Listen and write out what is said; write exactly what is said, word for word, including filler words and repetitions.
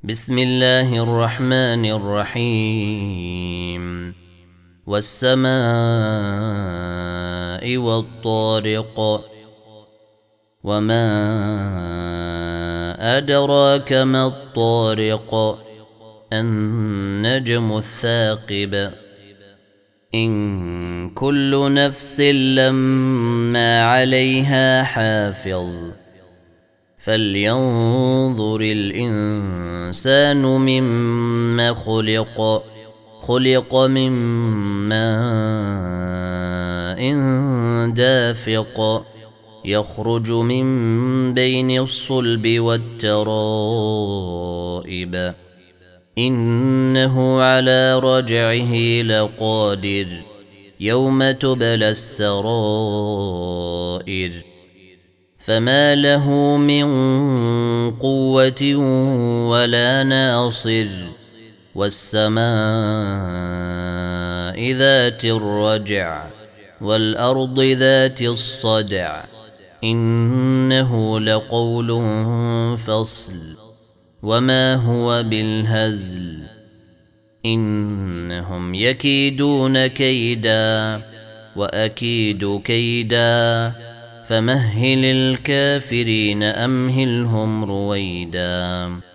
بسم الله الرحمن الرحيم والسماء والطارق وما أدراك ما الطارق النجم الثاقب إن كل نفس لما عليها حافظ فلينظر الإنسان مما خلق خلق من ماء دافق يخرج من بين الصلب والترائب إنه على رجعه لقادر يوم تبلى السرائر فما له من قوة ولا ناصر والسماء ذات الرجع والأرض ذات الصدع إنه لقول فصل وما هو بالهزل إنهم يكيدون كيدا وأكيد كيدا فمهل الكافرين أمهلهم رويدا.